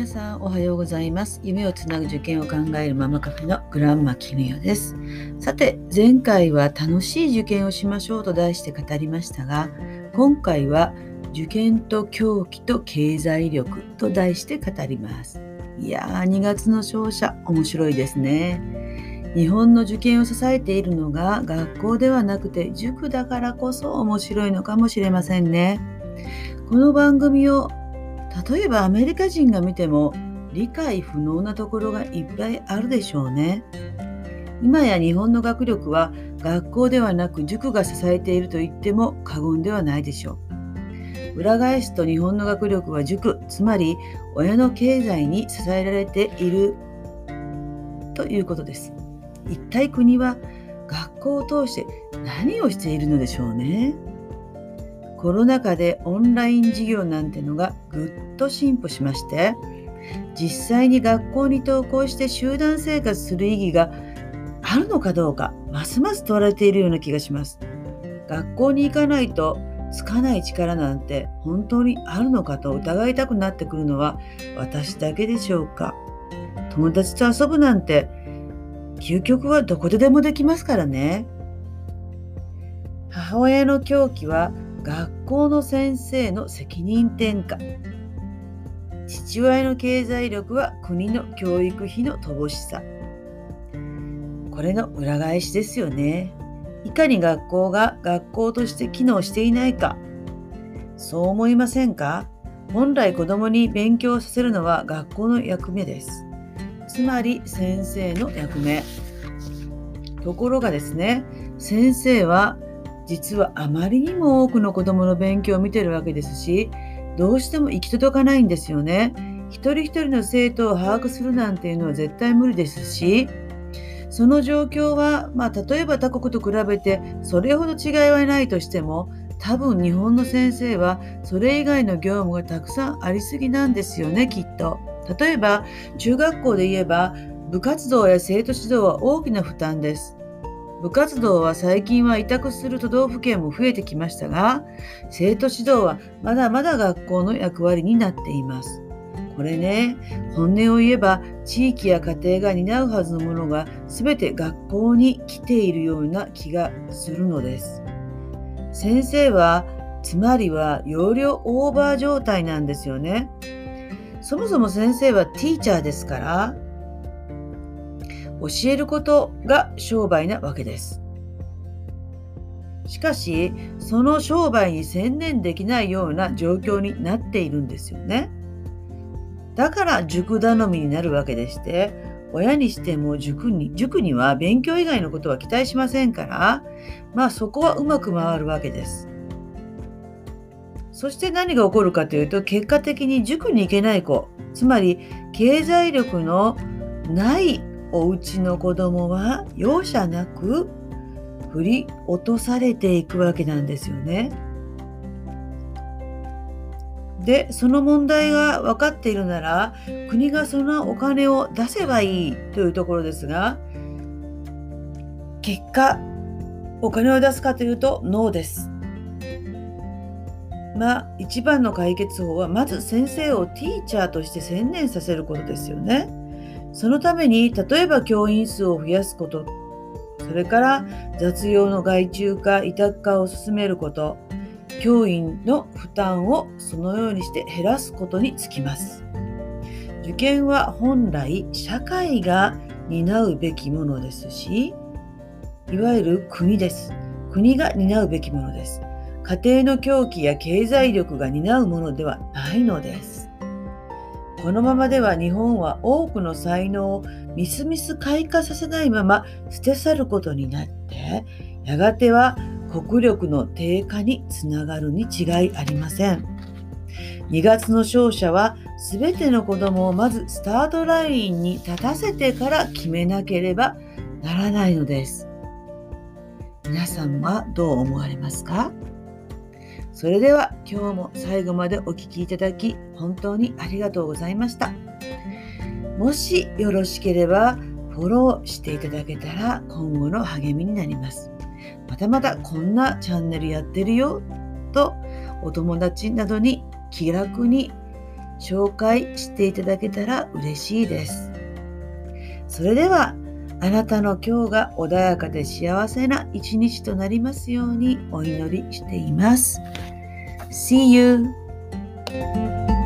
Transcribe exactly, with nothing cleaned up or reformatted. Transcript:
皆さんおはようございます。夢をつなぐ受験を考えるママカフェのグランマキヌヨです。さて、前回は楽しい受験をしましょうと題して語りましたが、今回は受験と狂気と経済力と題して語ります。いやー、にがつの勝者面白いですね。日本の受験を支えているのが学校ではなくて塾だからこそ面白いのかもしれませんね。この番組を例えばアメリカ人が見ても理解不能なところがいっぱいあるでしょうね。今や日本の学力は学校ではなく塾が支えていると言っても過言ではないでしょう。裏返すと日本の学力は塾、つまり親の経済に支えられているということです。一体国は学校を通して何をしているのでしょうね。コロナ禍でオンライン授業なんてのがぐっと進歩しまして、実際に学校に登校して集団生活する意義があるのかどうか、ますます問われているような気がします。学校に行かないとつかない力なんて本当にあるのかと疑いたくなってくるのは私だけでしょうか。友達と遊ぶなんて究極はどこででもできますからね。母親の狂気は学校の先生の責任転嫁。父親の経済力は国の教育費の乏しさ。これの裏返しですよね。いかに学校が学校として機能していないか。そう思いませんか？本来子供に勉強させるのは学校の役目です。つまり先生の役目。ところがですね、先生は実はあまりにも多くの子どもの勉強を見てるわけですし、どうしても行き届かないんですよね。一人一人の生徒を把握するなんていうのは絶対無理ですし、その状況は、まあ、例えば他国と比べてそれほど違いはないとしても、多分日本の先生はそれ以外の業務がたくさんありすぎなんですよね、きっと。例えば中学校で言えば部活動や生徒指導は大きな負担です。部活動は最近は委託する都道府県も増えてきましたが、生徒指導はまだまだ学校の役割になっています。これね、本音を言えば地域や家庭が担うはずのものが全て学校に来ているような気がするのです。先生は、つまりは容量オーバー状態なんですよね。そもそも先生はティーチャーですから、教えることが商売なわけです。しかし、その商売に専念できないような状況になっているんですよね。だから塾頼みになるわけでして、親にしても塾に、塾には勉強以外のことは期待しませんから、まあそこはうまく回るわけです。そして何が起こるかというと、結果的に塾に行けない子、つまり経済力のないお家の子供は容赦なく振り落とされていくわけなんですよね。で、その問題が分かっているなら、国がそのお金を出せばいいというところですが、結果、お金を出すかというとノーです。まあ、一番の解決法は、まず先生をティーチャーとして専念させることですよね。そのために、例えば教員数を増やすこと、それから雑用の外注化、委託化を進めること、教員の負担をそのようにして減らすことにつきます。受験は本来社会が担うべきものですし、いわゆる国です。国が担うべきものです。家庭の狂気や経済力が担うものではないのです。このままでは日本は多くの才能をみすみす開花させないまま捨て去ることになって、やがては国力の低下につながるに違いありません。にがつの勝者はすべての子どもをまずスタートラインに立たせてから決めなければならないのです。皆さんはどう思われますか？それでは今日も最後までお聞きいただき本当にありがとうございました。もしよろしければフォローしていただけたら今後の励みになります。またまたこんなチャンネルやってるよとお友達などに気楽に紹介していただけたら嬉しいです。それでは、あなたの今日が穏やかで幸せな一日となりますようにお祈りしています。See you!